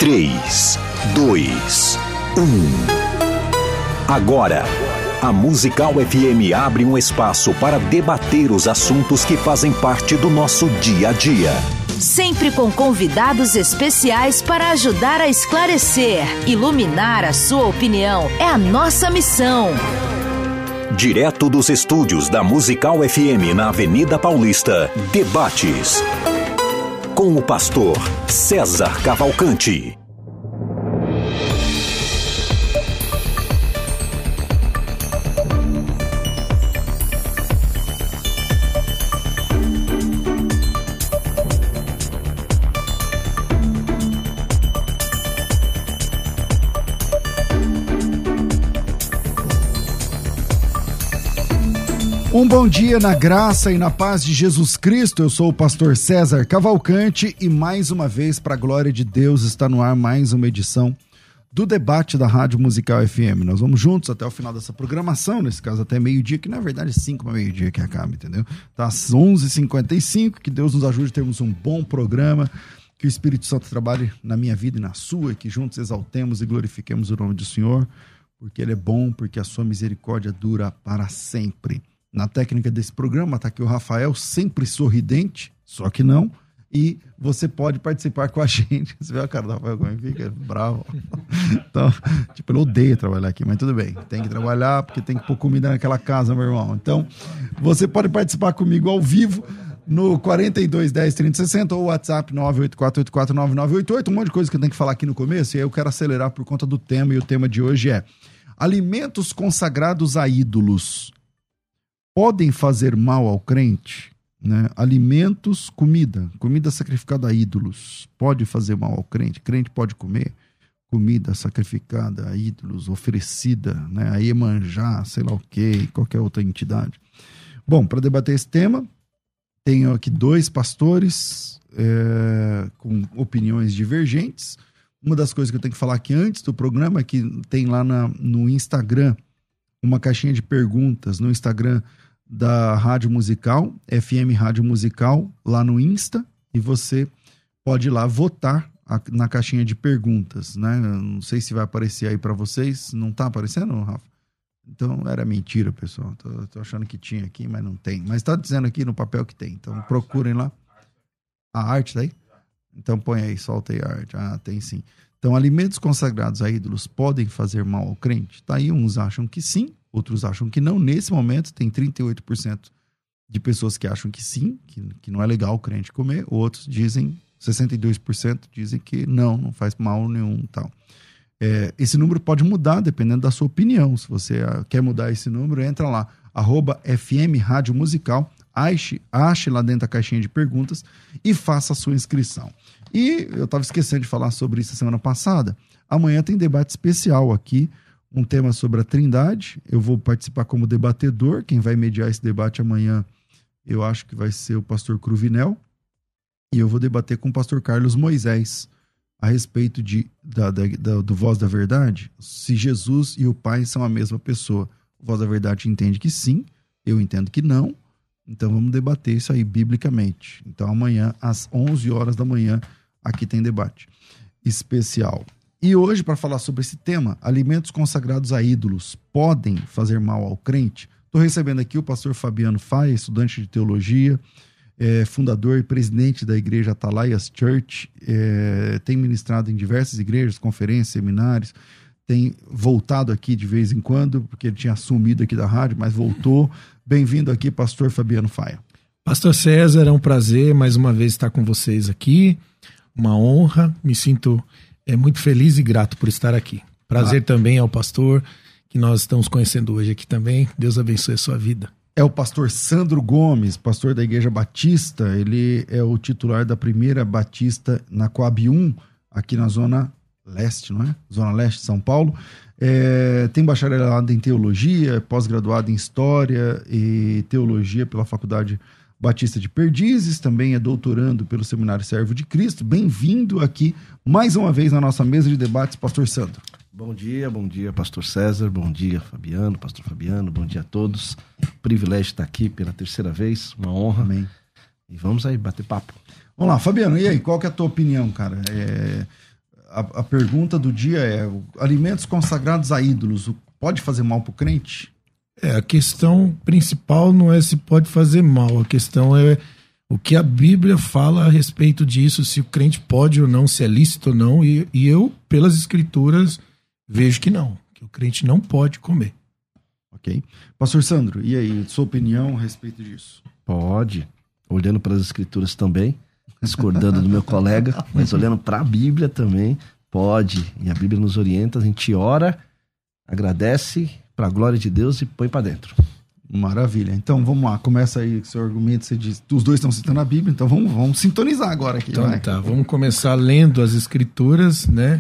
3, 2, 1. Agora, a Musical FM abre um espaço para debater os assuntos que fazem parte do nosso dia a dia. Sempre com convidados especiais para ajudar a esclarecer, iluminar a sua opinião. É a nossa missão. Direto dos estúdios da Musical FM na Avenida Paulista, debates com o pastor César Cavalcante. Um bom dia na graça e na paz de Jesus Cristo. Eu sou o pastor César Cavalcante e mais uma vez, para a glória de Deus, está no ar mais uma edição do debate da Rádio Musical FM. Nós vamos juntos até o final dessa programação, nesse caso até meio-dia, que na verdade é 5 para meio-dia que acaba, entendeu? Tá às 11h55, que Deus nos ajude a termos um bom programa, que o Espírito Santo trabalhe na minha vida e na sua, e que juntos exaltemos e glorifiquemos o nome do Senhor, porque Ele é bom, porque a sua misericórdia dura para sempre. Na técnica desse programa está aqui o Rafael, sempre sorridente, só que não. E você pode participar com a gente. Você vê a cara do Rafael como fica? Bravo. Então, ele odeia trabalhar aqui, mas tudo bem. Tem que trabalhar porque tem que pôr comida naquela casa, meu irmão. Então, você pode participar comigo ao vivo no 42 10 30 60 ou WhatsApp 984849988. Um monte de coisa que eu tenho que falar aqui no começo e aí eu quero acelerar por conta do tema. E o tema de hoje é alimentos consagrados a ídolos podem fazer mal ao crente, né? Alimentos, comida sacrificada a ídolos, pode fazer mal ao crente. Crente pode comer comida sacrificada a ídolos, oferecida, né? A Iemanjá, sei lá o que, qualquer outra entidade. Bom, para debater esse tema, tenho aqui dois pastores com opiniões divergentes. Uma das coisas que eu tenho que falar aqui antes do programa é que tem lá no Instagram uma caixinha de perguntas no Instagram da Rádio Musical, FM Rádio Musical, lá no Insta, e você pode ir lá votar na caixinha de perguntas, né? Não sei se vai aparecer aí para vocês. Não tá aparecendo, Rafa? Então era mentira, pessoal. Tô achando que tinha aqui, mas não tem. Mas tá dizendo aqui no papel que tem. Então procurem lá. A arte tá aí? Então põe aí, solta aí a arte. Ah, tem sim. Então, alimentos consagrados a ídolos podem fazer mal ao crente? Tá aí, uns acham que sim, outros acham que não. Nesse momento, tem 38% de pessoas que acham que sim, que não é legal o crente comer. Outros dizem, 62% dizem que não faz mal nenhum e tal. Esse número pode mudar dependendo da sua opinião. Se você quer mudar esse número, entra lá, @FM Rádio Musical, ache lá dentro da caixinha de perguntas e faça a sua inscrição. E eu estava esquecendo de falar sobre isso a semana passada. Amanhã tem debate especial aqui, um tema sobre a Trindade. Eu vou participar como debatedor. Quem vai mediar esse debate amanhã, eu acho que vai ser o pastor Cruvinel. E eu vou debater com o pastor Carlos Moisés a respeito do Voz da Verdade, se Jesus e o Pai são a mesma pessoa. O Voz da Verdade entende que sim, eu entendo que não. Então vamos debater isso aí biblicamente. Então amanhã, às 11 horas da manhã, aqui tem debate especial. E hoje, para falar sobre esse tema, alimentos consagrados a ídolos podem fazer mal ao crente? Estou recebendo aqui o pastor Fabiano Faia, estudante de teologia, fundador e presidente da igreja Atalaias Church, tem ministrado em diversas igrejas, conferências, seminários, tem voltado aqui de vez em quando, porque ele tinha sumido aqui da rádio, mas voltou. Bem-vindo aqui, pastor Fabiano Faia. Pastor César, é um prazer mais uma vez estar com vocês aqui, uma honra, me sinto muito feliz e grato por estar aqui. Prazer também ao pastor, que nós estamos conhecendo hoje aqui também. Deus abençoe a sua vida. É o pastor Sandro Gomes, pastor da Igreja Batista. Ele é o titular da primeira Batista na Coab 1, aqui na Zona Leste, não é? Zona Leste de São Paulo. Tem bacharelado em teologia, pós-graduado em História e Teologia pela Faculdade Batista de Perdizes, também é doutorando pelo Seminário Servo de Cristo. Bem-vindo aqui mais uma vez na nossa mesa de debates, pastor Sandro. Bom dia, pastor César, bom dia, Fabiano, pastor Fabiano, bom dia a todos. Privilégio estar aqui pela terceira vez, uma honra. Amém. E vamos aí bater papo. Vamos lá, Fabiano, e aí, qual que é a tua opinião, cara? A pergunta do dia é: alimentos consagrados a ídolos, pode fazer mal para o crente? A questão principal não é se pode fazer mal, a questão é o que a Bíblia fala a respeito disso, se o crente pode ou não, se é lícito ou não, e eu, pelas escrituras, vejo que não, que o crente não pode comer. Ok. Pastor Sandro, e aí, sua opinião a respeito disso? Pode, olhando para as escrituras também, discordando do meu colega, mas olhando para a Bíblia também, pode, e a Bíblia nos orienta, a gente ora, agradece para a glória de Deus e põe para dentro. Maravilha. Então vamos lá, começa aí com o seu argumento. Você diz, os dois estão citando a Bíblia, então vamos sintonizar agora aqui. Então tá, vamos começar lendo as escrituras, né?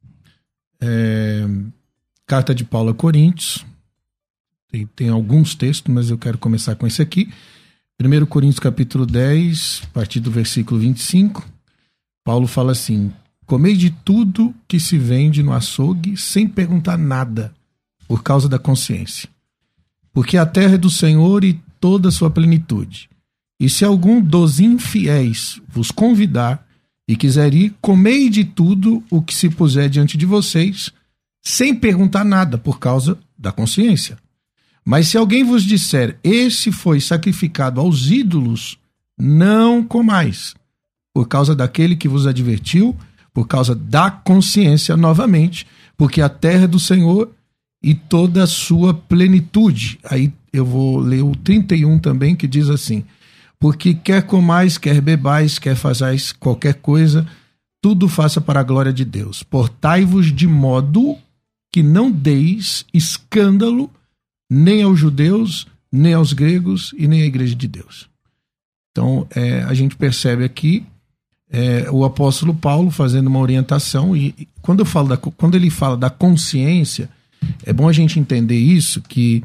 Carta de Paulo a Coríntios. Tem alguns textos, mas eu quero começar com esse aqui. 1 Coríntios capítulo 10, a partir do versículo 25. Paulo fala assim: comei de tudo que se vende no açougue sem perguntar nada, por causa da consciência. Porque a terra é do Senhor e toda a sua plenitude. E se algum dos infiéis vos convidar e quiser ir, comei de tudo o que se puser diante de vocês, sem perguntar nada, por causa da consciência. Mas se alguém vos disser, esse foi sacrificado aos ídolos, não comais, por causa daquele que vos advertiu, por causa da consciência novamente, porque a terra é do Senhor e toda a sua plenitude. Aí eu vou ler o 31 também, que diz assim: porque quer comais, quer bebais, quer façais qualquer coisa, tudo faça para a glória de Deus. Portai-vos de modo que não deis escândalo nem aos judeus, nem aos gregos e nem à igreja de Deus. Então, a gente percebe aqui o apóstolo Paulo fazendo uma orientação, e quando ele fala da consciência, é bom a gente entender isso, que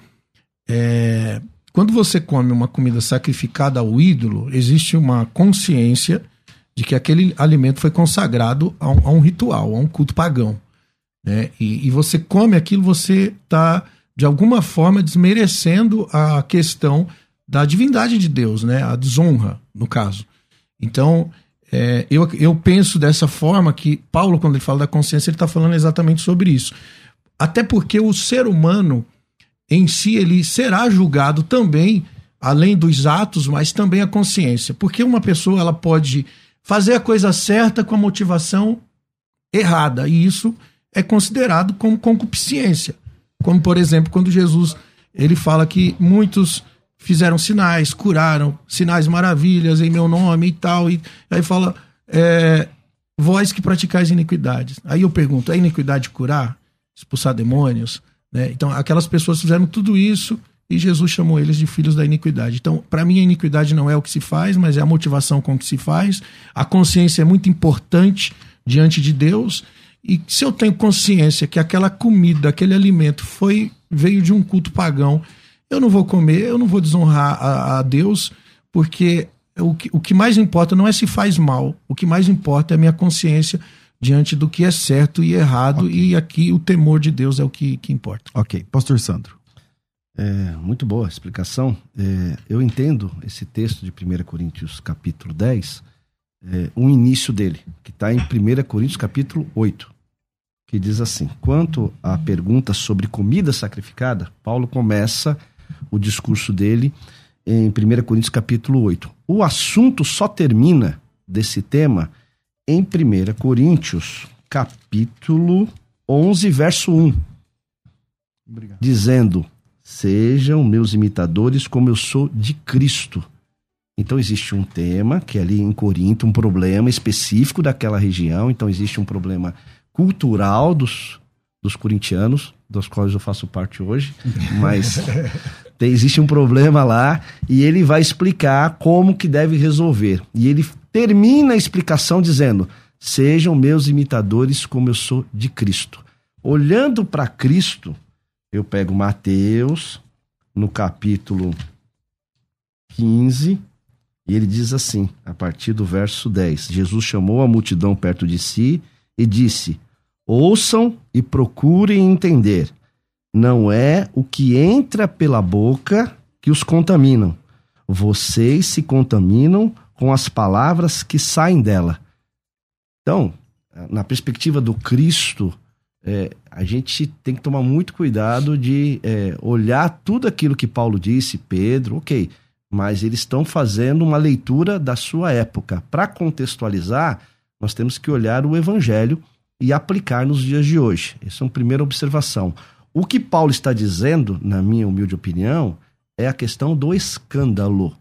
quando você come uma comida sacrificada ao ídolo, existe uma consciência de que aquele alimento foi consagrado a um ritual, a um culto pagão, né? E você come aquilo, você está, de alguma forma, desmerecendo a questão da divindade de Deus, né? A desonra, no caso. Então, eu penso dessa forma que Paulo, quando ele fala da consciência, ele está falando exatamente sobre isso. Até porque o ser humano em si, ele será julgado também, além dos atos, mas também a consciência. Porque uma pessoa, ela pode fazer a coisa certa com a motivação errada, e isso é considerado como concupiscência. Como, por exemplo, quando Jesus ele fala que muitos fizeram sinais, curaram, sinais maravilhas em meu nome e tal, e aí fala, vós que praticais iniquidades. Aí eu pergunto, é iniquidade curar? Expulsar demônios? Né? Então, aquelas pessoas fizeram tudo isso e Jesus chamou eles de filhos da iniquidade. Então, para mim, a iniquidade não é o que se faz, mas é a motivação com que se faz. A consciência é muito importante diante de Deus. E se eu tenho consciência que aquela comida, aquele alimento veio de um culto pagão, eu não vou comer, eu não vou desonrar a Deus, porque o que mais importa não é se faz mal, o que mais importa é a minha consciência diante do que é certo e errado, okay. E aqui o temor de Deus é o que importa. Ok. Pastor Sandro. Muito boa a explicação. Eu entendo esse texto de 1 Coríntios capítulo 10, o início dele, que está em 1 Coríntios capítulo 8, que diz assim: quanto à pergunta sobre comida sacrificada, Paulo começa o discurso dele em 1 Coríntios capítulo 8. O assunto só termina desse tema em 1 Coríntios capítulo 11, verso 1. Obrigado. Dizendo: sejam meus imitadores como eu sou de Cristo. Então existe um tema, que é ali em Corinto, um problema específico daquela região. Então existe um problema cultural dos corintianos, dos quais eu faço parte hoje, mas existe um problema lá, e ele vai explicar como que deve resolver. E ele termina a explicação dizendo: sejam meus imitadores como eu sou de Cristo. Olhando para Cristo, eu pego Mateus, no capítulo 15, e ele diz assim, a partir do verso 10, Jesus chamou a multidão perto de si e disse: ouçam e procurem entender. Não é o que entra pela boca que os contaminam. Vocês se contaminam com as palavras que saem dela. Então, na perspectiva do Cristo, a gente tem que tomar muito cuidado de olhar tudo aquilo que Paulo disse, Pedro, ok, mas eles estão fazendo uma leitura da sua época. Para contextualizar, nós temos que olhar o Evangelho e aplicar nos dias de hoje. Essa é uma primeira observação. O que Paulo está dizendo, na minha humilde opinião, é a questão do escândalo.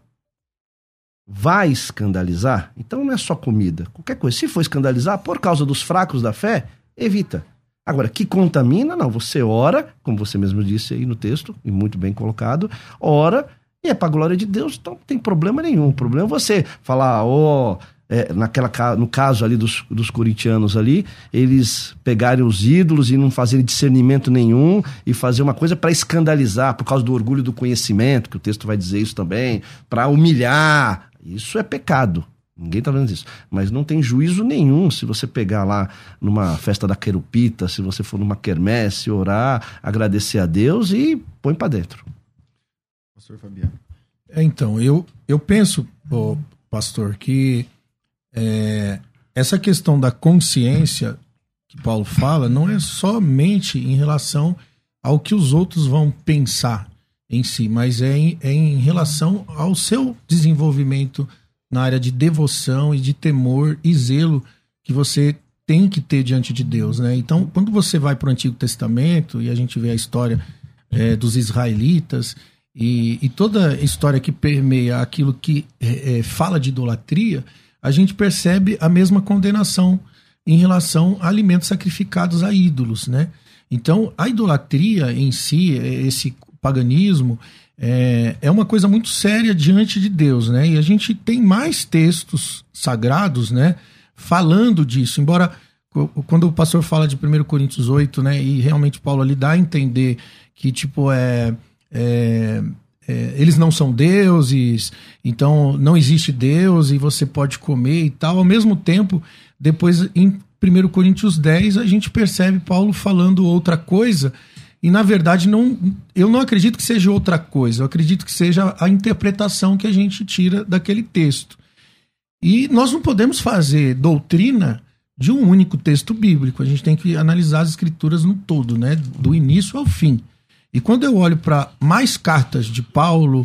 Vai escandalizar? Então não é só comida. Qualquer coisa. Se for escandalizar por causa dos fracos da fé, evita. Agora, que contamina, não. Você ora, como você mesmo disse aí no texto, e muito bem colocado, ora, e é para a glória de Deus, então não tem problema nenhum. O problema é você falar, no caso ali dos corintianos ali, eles pegarem os ídolos e não fazerem discernimento nenhum e fazer uma coisa para escandalizar, por causa do orgulho do conhecimento, que o texto vai dizer isso também, para humilhar. Isso é pecado. Ninguém está vendo isso. Mas não tem juízo nenhum se você pegar lá numa festa da querupita, se você for numa quermesse, orar, agradecer a Deus e põe para dentro. Pastor Fabiano. Então, eu penso, pastor, que essa questão da consciência que Paulo fala não é somente em relação ao que os outros vão pensar em si, mas é em relação ao seu desenvolvimento na área de devoção e de temor e zelo que você tem que ter diante de Deus, né? Então, quando você vai para o Antigo Testamento e a gente vê a história dos israelitas e toda a história que permeia aquilo que fala de idolatria, a gente percebe a mesma condenação em relação a alimentos sacrificados a ídolos, né? Então, a idolatria em si, esse paganismo, é uma coisa muito séria diante de Deus, né? E a gente tem mais textos sagrados, né, falando disso, embora quando o pastor fala de 1 Coríntios 8, né, e realmente Paulo ali dá a entender que, tipo, eles não são deuses, então não existe Deus e você pode comer e tal. Ao mesmo tempo, depois em 1 Coríntios 10, a gente percebe Paulo falando outra coisa. E, na verdade, eu não acredito que seja outra coisa. Eu acredito que seja a interpretação que a gente tira daquele texto. E nós não podemos fazer doutrina de um único texto bíblico. A gente tem que analisar as escrituras no todo, né? Do início ao fim. E quando eu olho para mais cartas de Paulo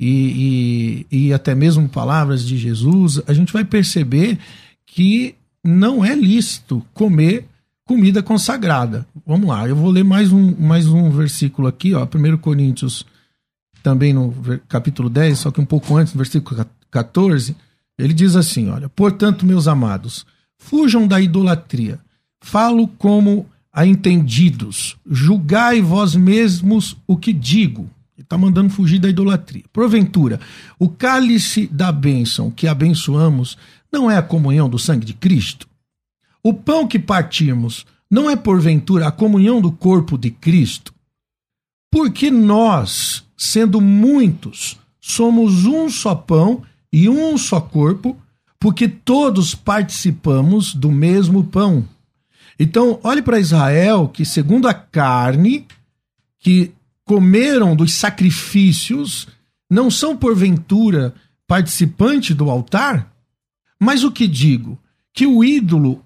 e até mesmo palavras de Jesus, a gente vai perceber que não é lícito comer comida consagrada. Vamos lá, eu vou ler mais um versículo aqui, ó, 1 Coríntios, também no capítulo 10, só que um pouco antes, no versículo 14, ele diz assim, olha, portanto, meus amados, fujam da idolatria, falo como a entendidos, julgai vós mesmos o que digo. Ele está mandando fugir da idolatria. Porventura, o cálice da bênção que abençoamos não é a comunhão do sangue de Cristo? O pão que partimos não é, porventura, a comunhão do corpo de Cristo? Porque nós, sendo muitos, somos um só pão e um só corpo, porque todos participamos do mesmo pão. Então, olhe para Israel, que segundo a carne, que comeram dos sacrifícios, não são, porventura, participantes do altar? Mas o que digo? Que o ídolo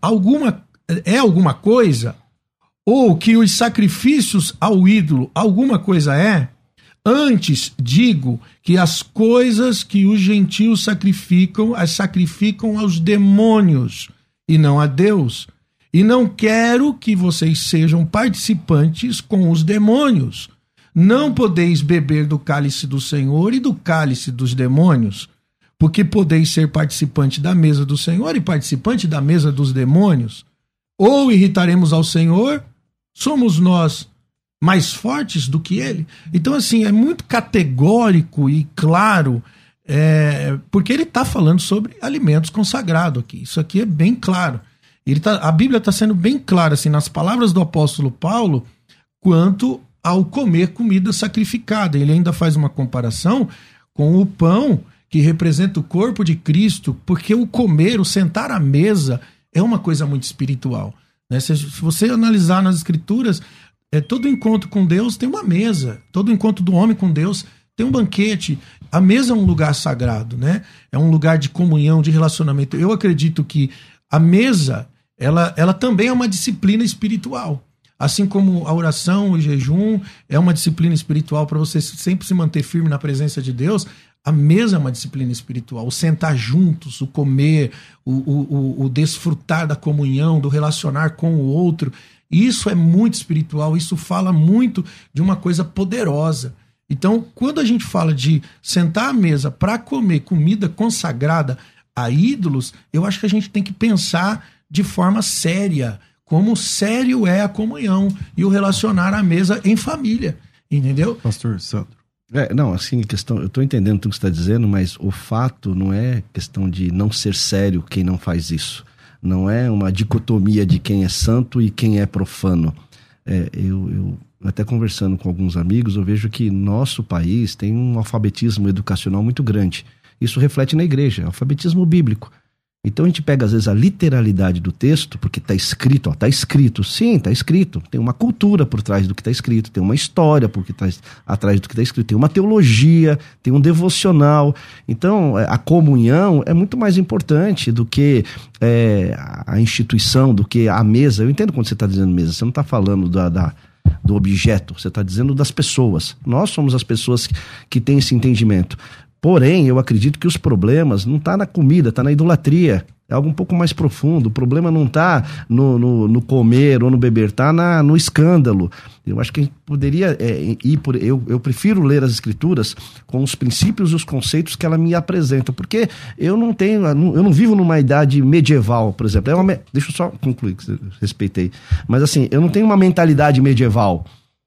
é alguma coisa? Ou que os sacrifícios ao ídolo alguma coisa é? Antes digo que as coisas que os gentios sacrificam, as sacrificam aos demônios e não a Deus. E não quero que vocês sejam participantes com os demônios. Não podeis beber do cálice do Senhor e do cálice dos demônios, porque podeis ser participante da mesa do Senhor e participante da mesa dos demônios. Ou irritaremos ao Senhor, somos nós mais fortes do que ele? Então, assim, é muito categórico e claro, porque ele está falando sobre alimentos consagrados aqui. Isso aqui é bem claro. A Bíblia está sendo bem clara, assim, nas palavras do apóstolo Paulo, quanto ao comer comida sacrificada. Ele ainda faz uma comparação com o pão, que representa o corpo de Cristo, porque o comer, o sentar à mesa, é uma coisa muito espiritual, né? Se você analisar nas escrituras, todo encontro com Deus tem uma mesa, todo encontro do homem com Deus tem um banquete. A mesa é um lugar sagrado, né? É um lugar de comunhão, de relacionamento. Eu acredito que a mesa ela também é uma disciplina espiritual. Assim como a oração, o jejum é uma disciplina espiritual para você sempre se manter firme na presença de Deus, a mesa é uma disciplina espiritual. O sentar juntos, o comer, o desfrutar da comunhão, do relacionar com o outro, isso é muito espiritual, isso fala muito de uma coisa poderosa. Então, quando a gente fala de sentar à mesa para comer comida consagrada a ídolos, eu acho que a gente tem que pensar de forma séria, como sério é a comunhão e o relacionar à mesa em família, entendeu? Pastor Sandro. Não, assim, questão, eu estou entendendo tudo que você está dizendo, mas o fato não é questão de não ser sério quem não faz isso. Não é uma dicotomia de quem é santo e quem é profano. Eu até conversando com alguns amigos, eu vejo que nosso país tem um alfabetismo educacional muito grande. Isso reflete na igreja, alfabetismo bíblico. Então a gente pega às vezes a literalidade do texto, porque está escrito, está escrito, sim, está escrito. Tem uma cultura por trás do que está escrito, tem uma história por trás do que está escrito, tem uma teologia, tem um devocional. Então a comunhão é muito mais importante do que a instituição, do que a mesa. Eu entendo quando você está dizendo mesa, você não está falando do objeto, você está dizendo das pessoas. Nós somos as pessoas que têm esse entendimento. Porém, eu acredito que os problemas não estão na comida, está na idolatria. É algo um pouco mais profundo. O problema não está no comer ou no beber, está no escândalo. Eu acho que a gente poderia ir por... Eu prefiro ler as escrituras com os princípios e os conceitos que ela me apresenta. Porque eu não vivo numa idade medieval, por exemplo. Deixa eu só concluir, que eu respeitei. Mas assim, eu não tenho uma mentalidade medieval.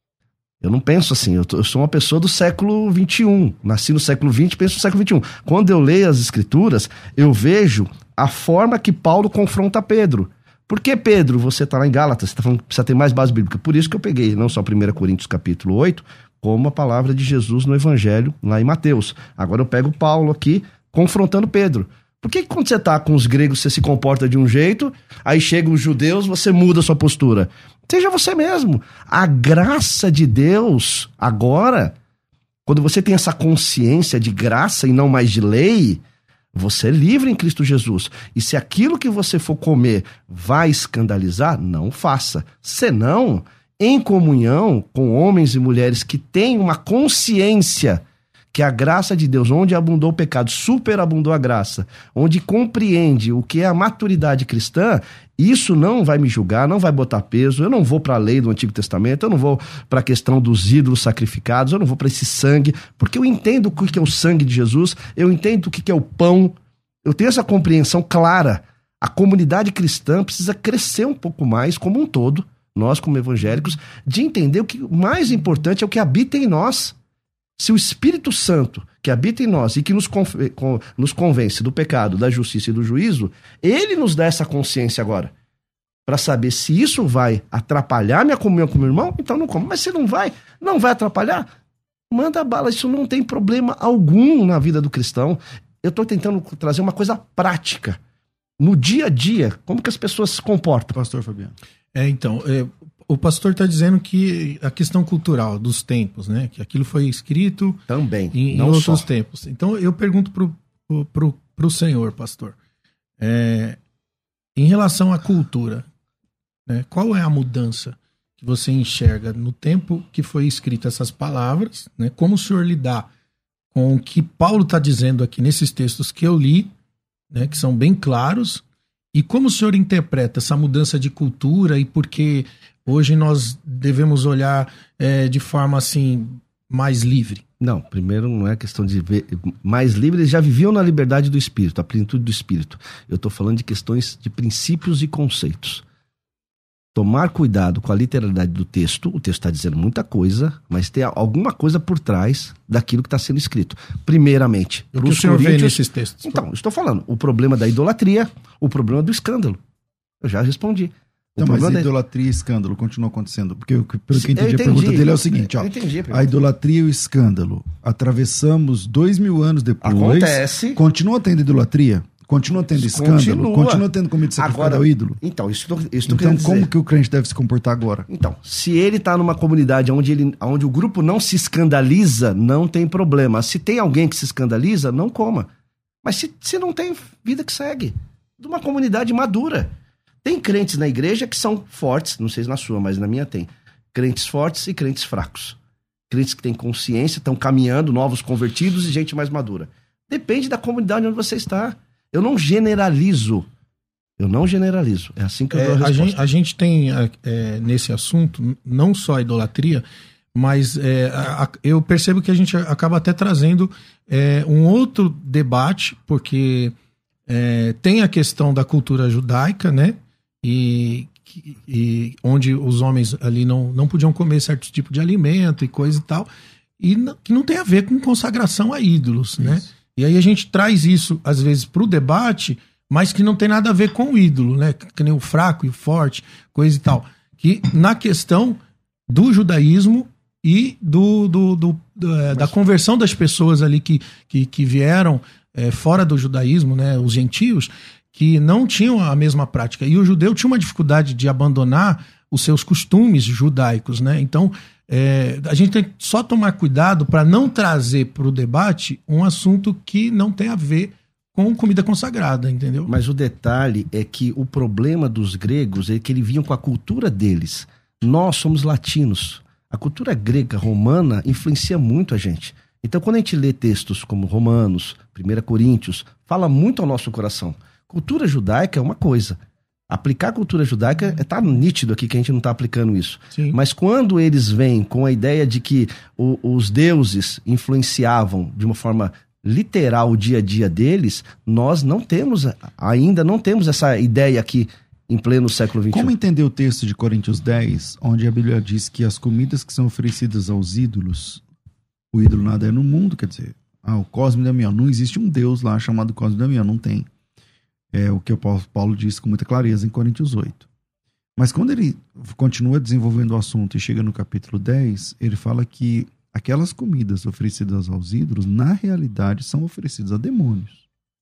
Eu não penso assim, eu sou uma pessoa do século XXI, nasci no século XX, penso no século XXI. Quando eu leio as escrituras, eu vejo a forma que Paulo confronta Pedro. Por que, Pedro, você está lá em Gálatas, você está falando que precisa ter mais base bíblica? Por isso que eu peguei não só 1 Coríntios capítulo 8, como a palavra de Jesus no Evangelho, lá em Mateus. Agora eu pego Paulo aqui, confrontando Pedro. Por que quando você está com os gregos você se comporta de um jeito, aí chegam os judeus, você muda a sua postura? Seja você mesmo. A graça de Deus, agora, quando você tem essa consciência de graça e não mais de lei, você é livre em Cristo Jesus. E se aquilo que você for comer vai escandalizar, não faça. Senão, em comunhão com homens e mulheres que têm uma consciência que a graça de Deus, onde abundou o pecado, superabundou a graça, onde compreende o que é a maturidade cristã, isso não vai me julgar, não vai botar peso. Eu não vou para a lei do Antigo Testamento, eu não vou para a questão dos ídolos sacrificados, eu não vou para esse sangue, porque eu entendo o que é o sangue de Jesus, eu entendo o que é o pão, eu tenho essa compreensão clara. A comunidade cristã precisa crescer um pouco mais como um todo, nós como evangélicos, de entender o que o mais importante é o que habita em nós. Se o Espírito Santo, que habita em nós e que nos convence do pecado, da justiça e do juízo, ele nos dá essa consciência agora, para saber se isso vai atrapalhar minha comunhão com meu irmão, então não como. Mas se não vai atrapalhar, manda bala, isso não tem problema algum na vida do cristão. Eu estou tentando trazer uma coisa prática, no dia a dia, como que as pessoas se comportam. Pastor Fabiano. O pastor está dizendo que a questão cultural dos tempos, né? Que aquilo foi escrito também em outros tempos. Então eu pergunto pro senhor, pastor, em relação à cultura, né? Qual é a mudança que você enxerga no tempo que foi escrita essas palavras, né? Como o senhor lidar com o que Paulo está dizendo aqui nesses textos que eu li, né? Que são bem claros, e como o senhor interpreta essa mudança de cultura e por que hoje nós devemos olhar de forma assim mais livre? Não, primeiro não é questão de ver mais livre, eles já viviam na liberdade do Espírito, a plenitude do Espírito. Eu estou falando de questões de princípios e conceitos. Tomar cuidado com a literalidade do texto, o texto está dizendo muita coisa, mas tem alguma coisa por trás daquilo que está sendo escrito. Primeiramente, o que o senhor vê nesses textos? Então, estou falando, o problema da idolatria, o problema do escândalo. Eu já respondi. Não, mas a idolatria e escândalo continuam acontecendo. Porque, pelo que eu entendi, a pergunta dele é o seguinte, ó. A idolatria e o escândalo. Atravessamos 2000 anos depois. Acontece. Continua tendo idolatria? Continua tendo escândalo? Continua tendo comida sacrificada ao ídolo? Então, isso quer então dizer. Como que o crente deve se comportar agora? Então, se ele está numa comunidade onde o grupo não se escandaliza, não tem problema. Se tem alguém que se escandaliza, não coma. Mas se não tem, vida que segue. De uma comunidade madura. Tem crentes na igreja que são fortes, não sei se na sua, mas na minha tem. Crentes fortes e crentes fracos. Crentes que têm consciência, estão caminhando, novos convertidos e gente mais madura. Depende da comunidade onde você está. Eu não generalizo. É assim que eu dou a resposta. A gente tem nesse assunto, não só a idolatria, mas eu percebo que a gente acaba até trazendo um outro debate, porque tem a questão da cultura judaica, né? E onde os homens ali não podiam comer certo tipo de alimento e coisa e tal, e que não tem a ver com consagração a ídolos, isso, né? E aí a gente traz isso, às vezes, para o debate, mas que não tem nada a ver com o ídolo, né? Que nem o fraco e o forte, coisa e tal. Que na questão do judaísmo e da conversão das pessoas ali que vieram fora do judaísmo, né? Os gentios, que não tinham a mesma prática. E o judeu tinha uma dificuldade de abandonar os seus costumes judaicos, né? Então, a gente tem que só tomar cuidado para não trazer para o debate um assunto que não tem a ver com comida consagrada, entendeu? Mas o detalhe é que o problema dos gregos é que eles vinham com a cultura deles. Nós somos latinos. A cultura grega, romana, influencia muito a gente. Então, quando a gente lê textos como Romanos, 1 Coríntios, fala muito ao nosso coração. Cultura judaica é uma coisa. Aplicar a cultura judaica tá nítido aqui que a gente não está aplicando isso. Sim. Mas quando eles vêm com a ideia de que os deuses influenciavam de uma forma literal o dia a dia deles, nós ainda não temos essa ideia aqui em pleno século XXI. Como entender o texto de Coríntios 10, onde a Bíblia diz que as comidas que são oferecidas aos ídolos, o ídolo nada é no mundo, quer dizer, o Cosme e Damião, não existe um Deus lá chamado Cosme e Damião, não tem. É o que o Paulo diz com muita clareza em Coríntios 8. Mas quando ele continua desenvolvendo o assunto e chega no capítulo 10, ele fala que aquelas comidas oferecidas aos ídolos, na realidade, são oferecidas a demônios.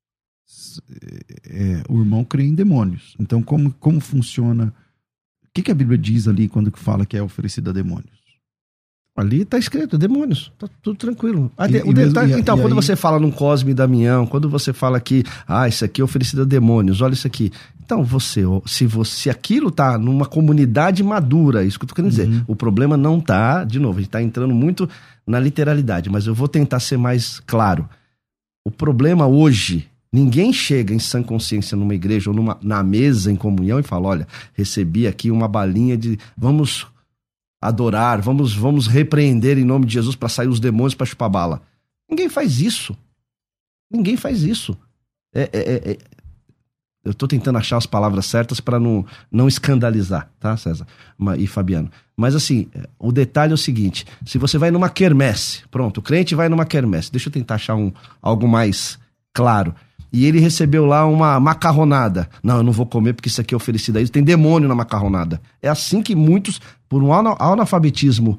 O irmão crê em demônios. Então, como funciona? O que a Bíblia diz ali quando fala que é oferecido a demônios? Ali está escrito, demônios, tá tudo tranquilo. Então, quando você fala num Cosme e Damião, quando você fala que, isso aqui é oferecido a demônios, olha isso aqui. Então, se aquilo tá numa comunidade madura, isso que eu tô querendo dizer, o problema não tá, de novo, a gente tá entrando muito na literalidade, mas eu vou tentar ser mais claro. O problema hoje, ninguém chega em sã consciência numa igreja ou na mesa em comunhão e fala, olha, recebi aqui uma balinha de, vamos adorar, vamos repreender em nome de Jesus para sair os demônios para chupar bala. Ninguém faz isso. Eu estou tentando achar as palavras certas para não escandalizar, tá, César e Fabiano? Mas assim, o detalhe é o seguinte, se você vai numa quermesse, pronto, o crente vai numa quermesse, deixa eu tentar achar algo mais claro, e ele recebeu lá uma macarronada. Não, eu não vou comer porque isso aqui é oferecido a isso. Tem demônio na macarronada. É assim que muitos, por um analfabetismo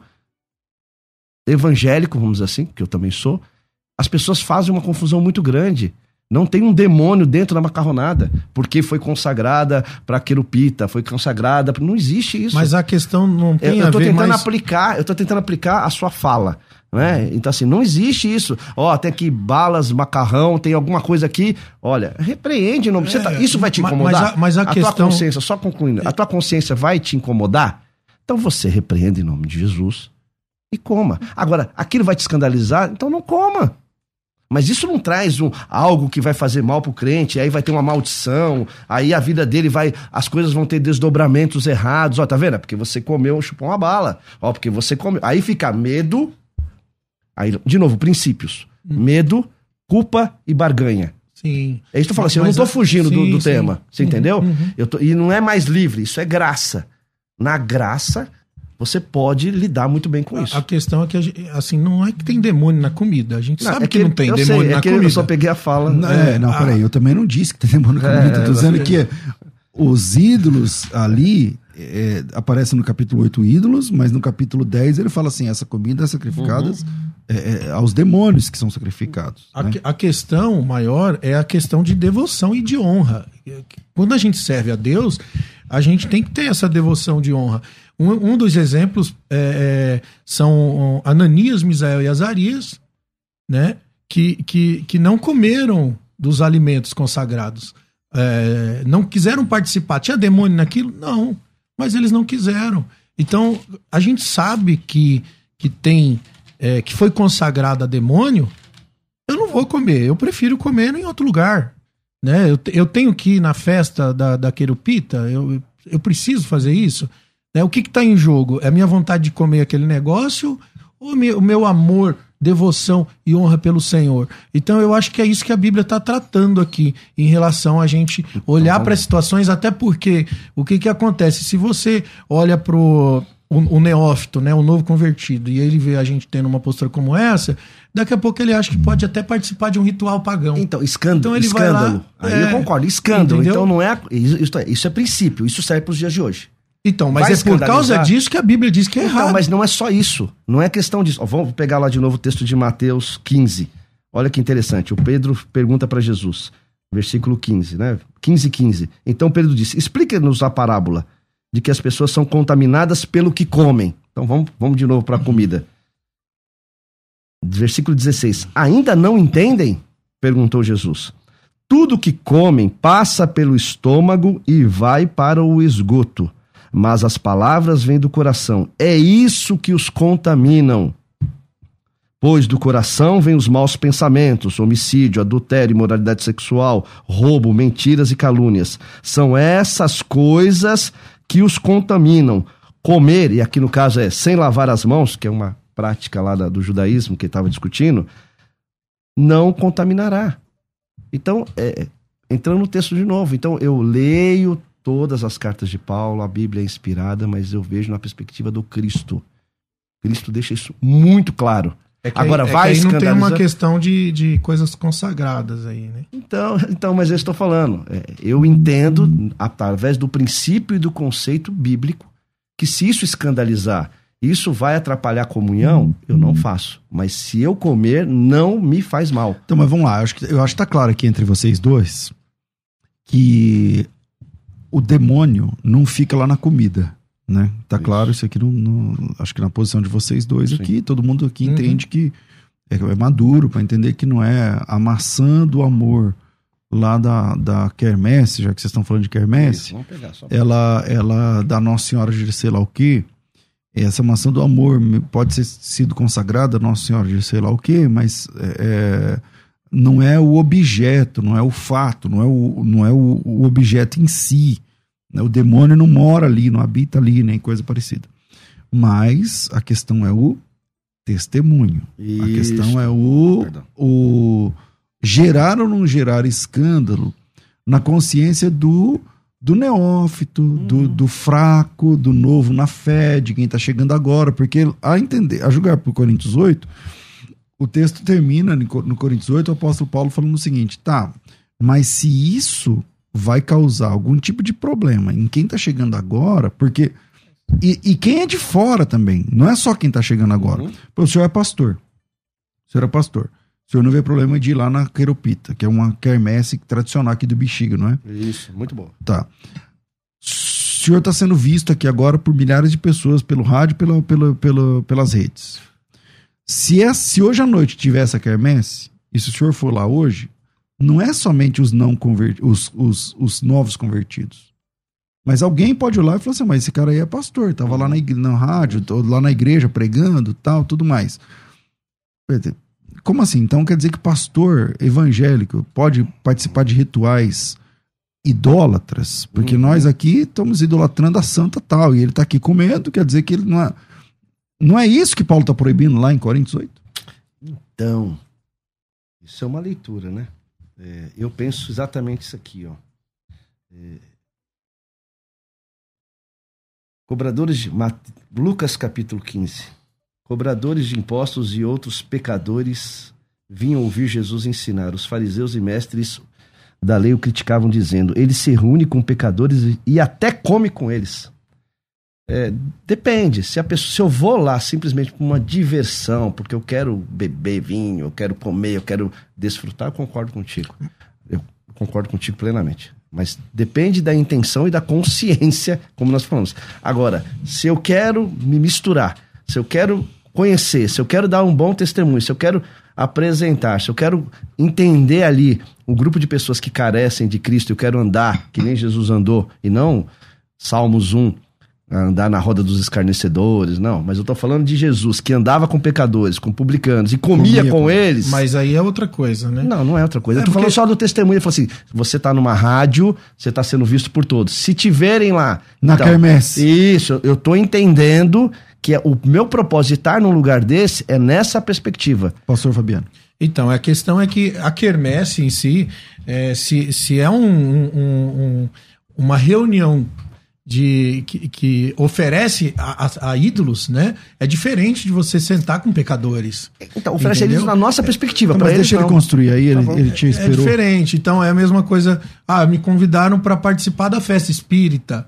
evangélico, vamos dizer assim, que eu também sou, as pessoas fazem uma confusão muito grande. Não tem um demônio dentro da macarronada, porque foi consagrada para querupita, foi consagrada... Não existe isso. Mas a questão não tem a ver mais... Eu tô tentando aplicar a sua fala. Né? Então, assim, não existe isso. Tem aqui balas, macarrão, tem alguma coisa aqui. Olha, repreende. Não, isso vai te incomodar? Mas a questão... tua consciência, só concluindo, a tua consciência vai te incomodar? Então você repreende em nome de Jesus e coma. Agora, aquilo vai te escandalizar? Então não coma. Mas isso não traz algo que vai fazer mal pro crente, aí vai ter uma maldição, aí a vida dele as coisas vão ter desdobramentos errados. Tá vendo? É porque você comeu, chupou uma bala. Porque você comeu. Aí fica medo... Aí, de novo, princípios. Medo, culpa e barganha. Sim. É isso que eu falo assim, eu não tô fugindo do tema. Você entendeu? E não é mais livre, isso é graça. Na graça, você pode lidar muito bem com isso. A questão é que, assim, não é que tem demônio na comida. A gente sabe que não tem demônio na comida. Eu só peguei a fala. Peraí, eu também não disse que tem demônio na comida. Tô dizendo que os ídolos ali... aparece no capítulo 8 ídolos, mas no capítulo 10 ele fala assim, essa comida é sacrificada aos demônios que são sacrificados. A questão maior é a questão de devoção e de honra. Quando a gente serve a Deus, a gente tem que ter essa devoção de honra. Um dos exemplos são Ananias, Misael e Azarias, né, que não comeram dos alimentos consagrados. não quiseram participar. Tinha demônio naquilo? Não, mas eles não quiseram. Então, a gente sabe que tem, que foi consagrado a demônio. Eu não vou comer, eu prefiro comer em outro lugar, né? Eu tenho que ir na festa da Querupita, eu preciso fazer isso, né? O que está em jogo? É a minha vontade de comer aquele negócio ou o meu amor, devoção e honra pelo Senhor? Então eu acho que é isso que a Bíblia está tratando aqui, em relação a gente olhar para as situações, até porque o que acontece? Se você olha para o neófito, né, o novo convertido, e ele vê a gente tendo uma postura como essa, daqui a pouco ele acha que pode até participar de um ritual pagão. Então, escândalo. Então ele escândalo. Vai lá, aí eu concordo, escândalo. Entendeu? Então não é. Isso é princípio, isso serve para os dias de hoje. Então, mas é por causa disso que a Bíblia diz que é errado. Não, mas não é só isso. Não é questão disso. Vamos pegar lá de novo o texto de Mateus 15. Olha que interessante. O Pedro pergunta para Jesus, versículo 15, né? 15:15. Então Pedro disse: explica-nos a parábola de que as pessoas são contaminadas pelo que comem. Então vamos de novo para a comida. Versículo 16. Ainda não entendem? Perguntou Jesus. Tudo que comem passa pelo estômago e vai para o esgoto. Mas as palavras vêm do coração. É isso que os contaminam. Pois do coração vêm os maus pensamentos, homicídio, adultério, imoralidade sexual, roubo, mentiras e calúnias. São essas coisas que os contaminam. Comer, e aqui no caso é sem lavar as mãos, que é uma prática lá do judaísmo que ele estava discutindo, não contaminará. Então, entrando no texto de novo, então eu leio todas as cartas de Paulo, a Bíblia é inspirada, mas eu vejo na perspectiva do Cristo. Cristo deixa isso muito claro. Agora vai aí escandalizar. Não tem uma questão de coisas consagradas aí, né? Então, mas eu estou falando, eu entendo, através do princípio e do conceito bíblico, que se isso escandalizar, isso vai atrapalhar a comunhão, eu não faço. Mas se eu comer, não me faz mal. Então, mas vamos lá, eu acho que tá claro aqui entre vocês dois que o demônio não fica lá na comida, né? Tá claro isso aqui, acho que na posição de vocês dois aqui, todo mundo aqui entende que é maduro para entender que não é a maçã do amor lá da quermesse, já que vocês estão falando de quermesse, vamos pegar, só ela da Nossa Senhora de sei lá o quê, essa maçã do amor pode ter sido consagrada a Nossa Senhora de sei lá o quê, mas não é o objeto, não é o fato, não é o objeto em si. O demônio não mora ali, não habita ali, nem coisa parecida. Mas a questão é o testemunho. Isso. A questão é o gerar ou não gerar escândalo na consciência do neófito, do fraco, do novo na fé, de quem está chegando agora. Porque a julgar por Coríntios 8, o texto termina no Coríntios 8, o apóstolo Paulo falando o seguinte: tá, mas se isso vai causar algum tipo de problema em quem está chegando agora, porque e quem é de fora também, não é só quem está chegando agora. O senhor é pastor, o senhor não vê problema de ir lá na Querupita, que é uma quermesse tradicional aqui do Bexiga, não é? Isso, muito bom. Tá. O senhor está sendo visto aqui agora por milhares de pessoas pelo rádio, pelas redes. Se hoje à noite tiver essa quermesse, e se o senhor for lá hoje, não é somente os novos convertidos. Mas alguém pode ir lá e falar assim: mas esse cara aí é pastor, tava lá na rádio, lá na igreja pregando, tal, tudo mais. Como assim? Então quer dizer que pastor evangélico pode participar de rituais idólatras? Porque nós aqui estamos idolatrando a santa tal, e ele tá aqui comendo, quer dizer que ele não é... Não é isso que Paulo tá proibindo lá em Coríntios 8? Então, isso é uma leitura, né? Eu penso exatamente isso aqui, ó. Cobradores de Lucas capítulo 15. Cobradores de impostos e outros pecadores vinham ouvir Jesus ensinar. Os fariseus e mestres da lei o criticavam, dizendo: ele se reúne com pecadores e até come com eles. Depende. Se eu vou lá simplesmente por uma diversão, porque eu quero beber vinho, eu quero comer, eu quero desfrutar, eu concordo contigo. Eu concordo contigo plenamente. Mas depende da intenção e da consciência, como nós falamos. Agora, se eu quero me misturar, se eu quero conhecer, se eu quero dar um bom testemunho, se eu quero apresentar, se eu quero entender ali o grupo de pessoas que carecem de Cristo, eu quero andar que nem Jesus andou, e não Salmos 1, andar na roda dos escarnecedores, não, mas eu tô falando de Jesus, que andava com pecadores, com publicanos, e comia com eles. Mas aí é outra coisa, né? Não é outra coisa. Eu tô falando só do testemunho. Ele falou assim, você tá numa rádio, você tá sendo visto por todos. Se tiverem lá... Na quermesse. Isso, eu tô entendendo que o meu propósito de estar num lugar desse é nessa perspectiva. Pastor Fabiano. Então, a questão é que a quermesse em si, se é uma reunião que oferece a ídolos, né? É diferente de você sentar com pecadores. Então, oferece a ídolos na nossa perspectiva. Mas deixa ele construir aí, ele te esperou. É diferente, então é a mesma coisa. Me convidaram para participar da festa espírita.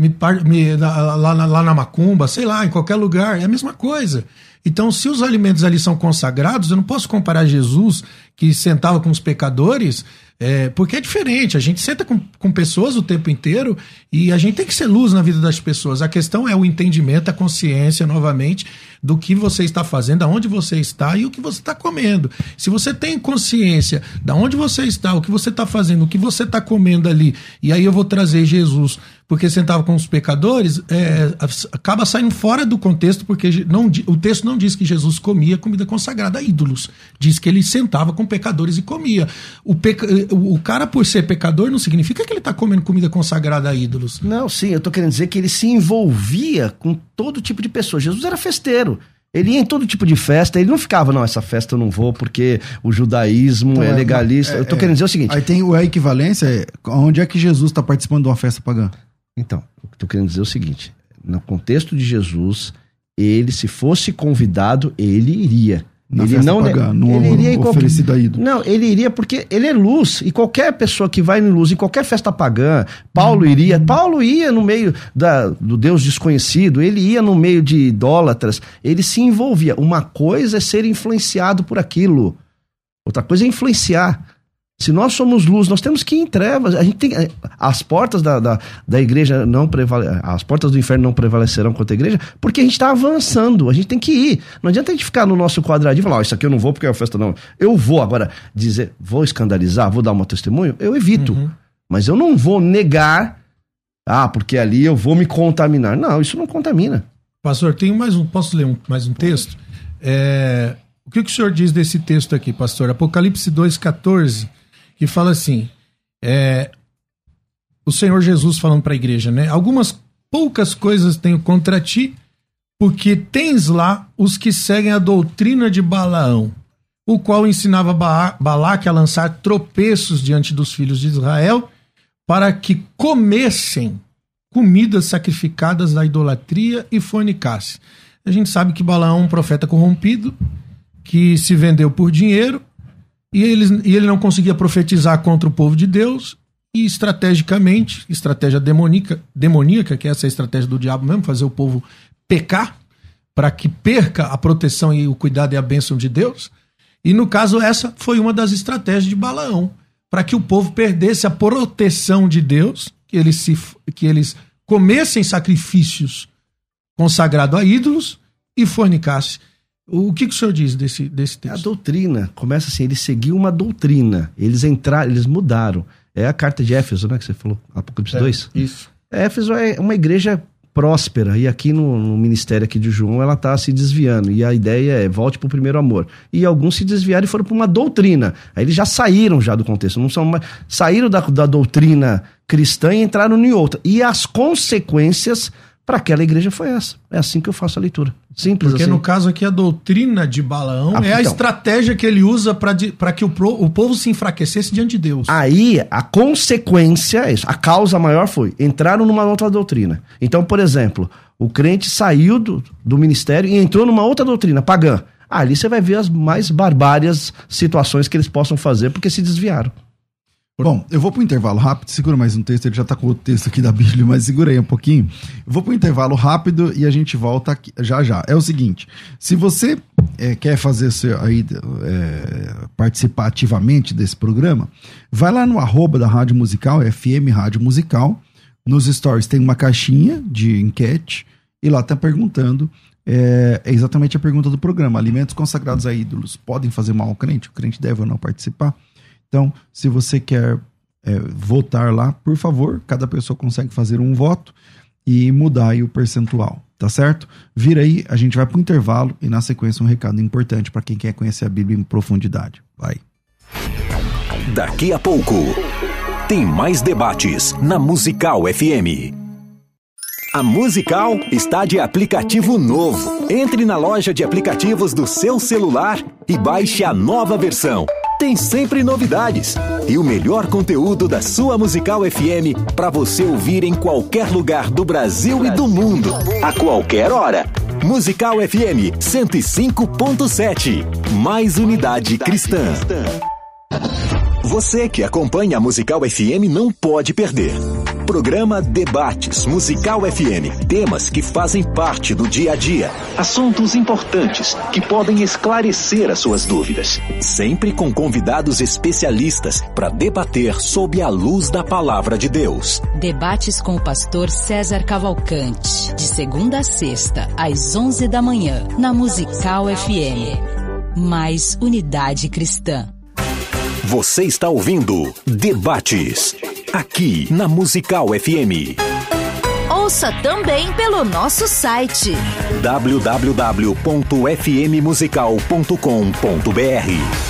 Lá na Macumba, sei lá, em qualquer lugar, é a mesma coisa. Então, se os alimentos ali são consagrados, eu não posso comparar Jesus, que sentava com os pecadores, porque é diferente. A gente senta com pessoas o tempo inteiro e a gente tem que ser luz na vida das pessoas. A questão é o entendimento, a consciência, novamente, do que você está fazendo, aonde você está e o que você está comendo. Se você tem consciência de onde você está, o que você está fazendo, o que você está comendo ali, e aí eu vou trazer Jesus, porque sentava com os pecadores, acaba saindo fora do contexto, porque o texto não diz que Jesus comia comida consagrada a ídolos. Diz que ele sentava com pecadores e comia. O cara, por ser pecador, não significa que ele está comendo comida consagrada a ídolos. Não, sim, eu tô querendo dizer que ele se envolvia com todo tipo de pessoa. Jesus era festeiro. Ele ia em todo tipo de festa, ele não ficava, não, essa festa eu não vou porque o judaísmo então, é legalista. Eu tô querendo dizer o seguinte... Aí tem a equivalência, onde é que Jesus está participando de uma festa pagã? Então, eu tô querendo dizer o seguinte, no contexto de Jesus, ele, se fosse convidado, ele iria. Na ele festa não pagã, ele iria oferecido a ídolo. Não, ele iria porque ele é luz, e qualquer pessoa que vai em luz, em qualquer festa pagã, Paulo ia no meio do Deus desconhecido, ele ia no meio de idólatras, ele se envolvia. Uma coisa é ser influenciado por aquilo, outra coisa é influenciar. Se nós somos luz, nós temos que ir em trevas. A gente tem, as portas da igreja as portas do inferno não prevalecerão contra a igreja, porque a gente está avançando, a gente tem que ir. Não adianta a gente ficar no nosso quadradinho e falar, isso aqui eu não vou porque é uma festa, não. Eu vou agora dizer, vou escandalizar, vou dar um testemunho, eu evito. Mas eu não vou negar, porque ali eu vou me contaminar. Não, isso não contamina. Pastor, posso ler mais um texto? O que o senhor diz desse texto aqui, pastor? Apocalipse 2,14, que fala assim, o Senhor Jesus falando para a igreja, né? Algumas poucas coisas tenho contra ti, porque tens lá os que seguem a doutrina de Balaão, o qual ensinava Balaque a lançar tropeços diante dos filhos de Israel, para que comessem comidas sacrificadas da idolatria e fornicassem. A gente sabe que Balaão é um profeta corrompido, que se vendeu por dinheiro, e ele não conseguia profetizar contra o povo de Deus, e estrategicamente, estratégia demoníaca, que é essa estratégia do diabo mesmo, fazer o povo pecar, para que perca a proteção e o cuidado e a bênção de Deus. E no caso, essa foi uma das estratégias de Balaão, para que o povo perdesse a proteção de Deus, que eles comessem sacrifícios consagrados a ídolos e fornicassem. O que o senhor diz desse texto? A doutrina, começa assim, eles seguiam uma doutrina, eles mudaram. É a carta de Éfeso, né, que você falou, Apocalipse 2? Isso. Éfeso é uma igreja próspera, e aqui no ministério aqui de João, ela está se desviando, e a ideia é, volte para o primeiro amor. E alguns se desviaram e foram para uma doutrina. Aí eles já saíram do contexto, não são mais, saíram da doutrina cristã e entraram em outra. E as consequências para aquela igreja foi essa. É assim que eu faço a leitura. Simples. Porque assim. No caso aqui, a doutrina de Balaão a estratégia que ele usa para que o povo se enfraquecesse diante de Deus. Aí, a consequência é isso. A causa maior foi, entraram numa outra doutrina. Então, por exemplo, o crente saiu do ministério e entrou numa outra doutrina, pagã. Ali você vai ver as mais barbárias situações que eles possam fazer porque se desviaram. Bom, eu vou pro intervalo rápido, segura mais um texto, ele já tá com o texto aqui da Bíblia, mas segura aí um pouquinho. Eu vou pro intervalo rápido e a gente volta aqui, já. É o seguinte, se você quer fazer participar ativamente desse programa, vai lá no @ da Rádio Musical, FM Rádio Musical, nos stories tem uma caixinha de enquete e lá tá perguntando é exatamente a pergunta do programa. Alimentos consagrados a ídolos podem fazer mal ao crente? O crente deve ou não participar? Então, se você quer votar lá, por favor, cada pessoa consegue fazer um voto e mudar aí o percentual, tá certo? Vira aí, a gente vai para o intervalo e na sequência um recado importante para quem quer conhecer a Bíblia em profundidade. Vai. Daqui a pouco, tem mais debates na Musical FM. A Musical está de aplicativo novo. Entre na loja de aplicativos do seu celular e baixe a nova versão. Tem sempre novidades e o melhor conteúdo da sua Musical FM para você ouvir em qualquer lugar do Brasil e do mundo, a qualquer hora. Musical FM 105.7, mais unidade cristã. Você que acompanha a Musical FM não pode perder. Programa Debates Musical FM. Temas que fazem parte do dia a dia. Assuntos importantes que podem esclarecer as suas dúvidas. Sempre com convidados especialistas para debater sob a luz da palavra de Deus. Debates com o pastor César Cavalcante. De segunda a sexta, às 11 da manhã, na Musical FM. Mais unidade cristã. Você está ouvindo Debates, aqui na Musical FM. Ouça também pelo nosso site www.fmmusical.com.br.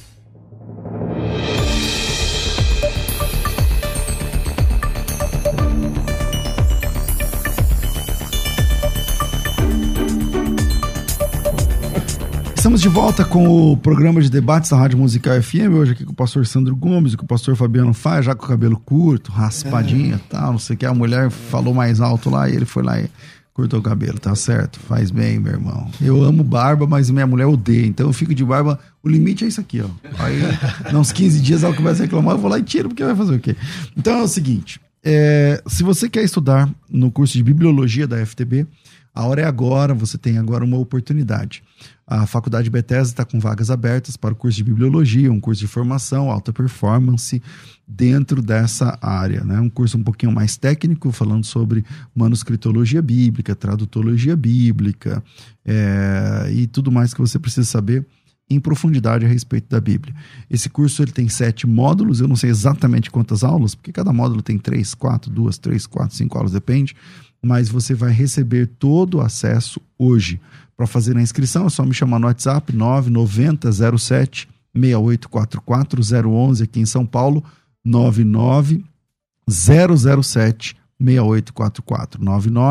Estamos de volta com o programa de debates da Rádio Musical FM, hoje aqui com o pastor Sandro Gomes e com o pastor Fabiano Faia, já com o cabelo curto, raspadinho e tal, não sei o que, a mulher falou mais alto lá e ele foi lá e cortou o cabelo, tá certo? Faz bem, meu irmão. Eu amo barba, mas minha mulher odeia, então eu fico de barba, o limite é isso aqui, ó. Aí, uns 15 dias ela começa a reclamar, eu vou lá e tiro, porque vai fazer o quê? Então é o seguinte, se você quer estudar no curso de Bibliologia da FTB, a hora é agora, você tem agora uma oportunidade. A Faculdade Bethesda está com vagas abertas para o curso de Bibliologia, um curso de formação, alta performance dentro dessa área, né? Um curso um pouquinho mais técnico, falando sobre manuscritologia bíblica, tradutologia bíblica e tudo mais que você precisa saber em profundidade a respeito da Bíblia. Esse curso ele tem 7 módulos, eu não sei exatamente quantas aulas, porque cada módulo tem 3, 4, 2, 3, 4, 5 aulas, depende, mas você vai receber todo o acesso hoje. Para fazer a inscrição é só me chamar no WhatsApp 99007 6844 011 aqui em São Paulo, 99007 6844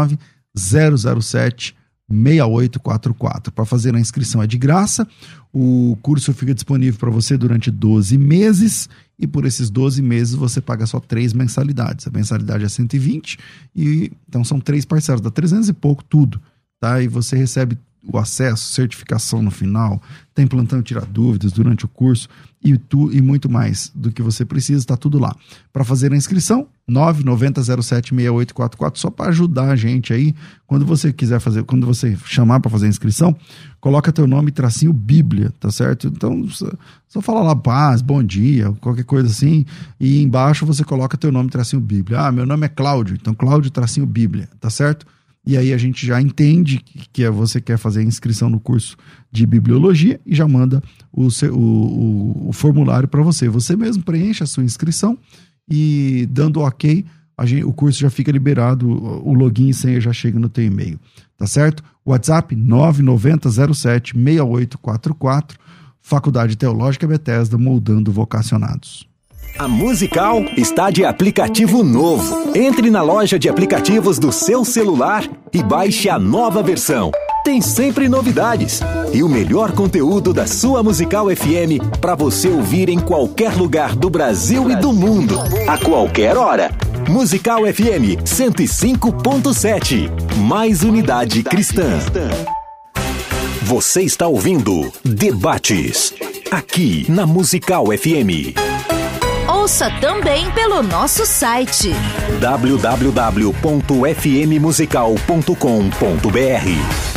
99007 6844. Para fazer a inscrição é de graça. O curso fica disponível para você durante 12 meses e por esses 12 meses você paga só 3 mensalidades. A mensalidade é 120 e então são 3 parcelas, dá 300 e pouco tudo, tá? E você recebe o acesso, certificação no final, tem plantão tirar dúvidas durante o curso e muito mais do que você precisa, está tudo lá. Para fazer a inscrição, 990076844, só para ajudar a gente aí, quando você quiser fazer, quando você chamar para fazer a inscrição, coloca teu nome tracinho Bíblia, tá certo? Então, só fala lá paz, bom dia, qualquer coisa assim, e embaixo você coloca teu nome tracinho Bíblia. Ah, meu nome é Cláudio, então Cláudio tracinho Bíblia, tá certo? E aí a gente já entende que você quer fazer a inscrição no curso de Bibliologia e já manda o formulário para você. Você mesmo preenche a sua inscrição e dando ok, o curso já fica liberado, o login e senha já chega no teu e-mail, tá certo? WhatsApp 99007 6844, Faculdade Teológica Bethesda, moldando vocacionados. A Musical está de aplicativo novo. Entre na loja de aplicativos do seu celular e baixe a nova versão. Tem sempre novidades e o melhor conteúdo da sua Musical FM para você ouvir em qualquer lugar do Brasil e do mundo, a qualquer hora. Musical FM 105.7, mais unidade cristã. Você está ouvindo Debates, aqui na Musical FM. Ouça também pelo nosso site www.fmmusical.com.br.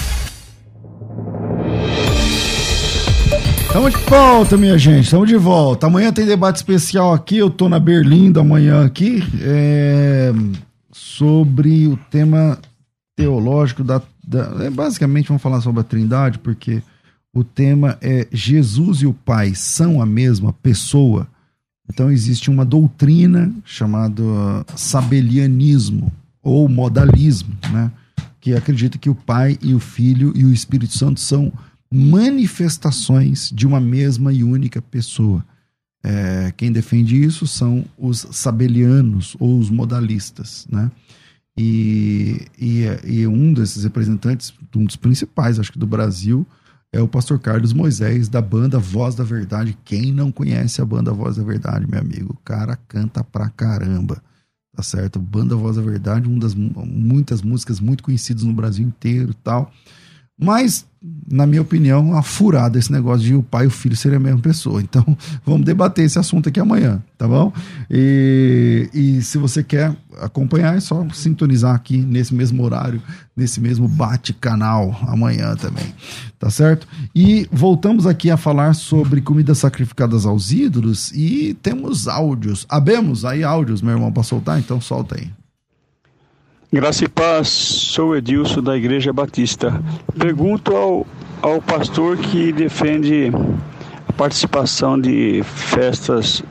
Estamos de volta, minha gente, estamos de volta. Amanhã tem debate especial aqui, eu tô na Berlinda amanhã aqui, sobre o tema teológico basicamente vamos falar sobre a Trindade, porque o tema é Jesus e o Pai são a mesma pessoa. Então existe uma doutrina chamada sabelianismo ou modalismo, né? Que acredita que o Pai e o Filho e o Espírito Santo são manifestações de uma mesma e única pessoa. Quem defende isso são os sabelianos ou os modalistas, né? E um desses representantes, um dos principais, acho que do Brasil, é o pastor Carlos Moisés, da banda Voz da Verdade. Quem não conhece a banda Voz da Verdade, meu amigo? O cara canta pra caramba, tá certo? Banda Voz da Verdade, muitas músicas muito conhecidas no Brasil inteiro e tal. Mas, na minha opinião, uma furada esse negócio de o pai e o filho serem a mesma pessoa. Então, vamos debater esse assunto aqui amanhã, tá bom? E se você quer acompanhar, é só sintonizar aqui nesse mesmo horário, nesse mesmo bate-canal amanhã também, tá certo? E voltamos aqui a falar sobre comidas sacrificadas aos ídolos e temos áudios. Abemos aí áudios, meu irmão, para soltar? Então solta aí. Graça e paz, sou Edilson da Igreja Batista. Pergunto ao pastor que defende a participação de festas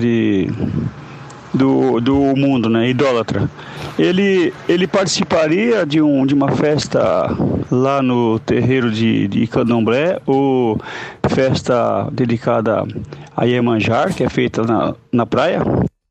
do mundo, né, idólatra. Ele participaria de uma festa lá no terreiro de Candomblé, ou festa dedicada a Iemanjá, que é feita na praia?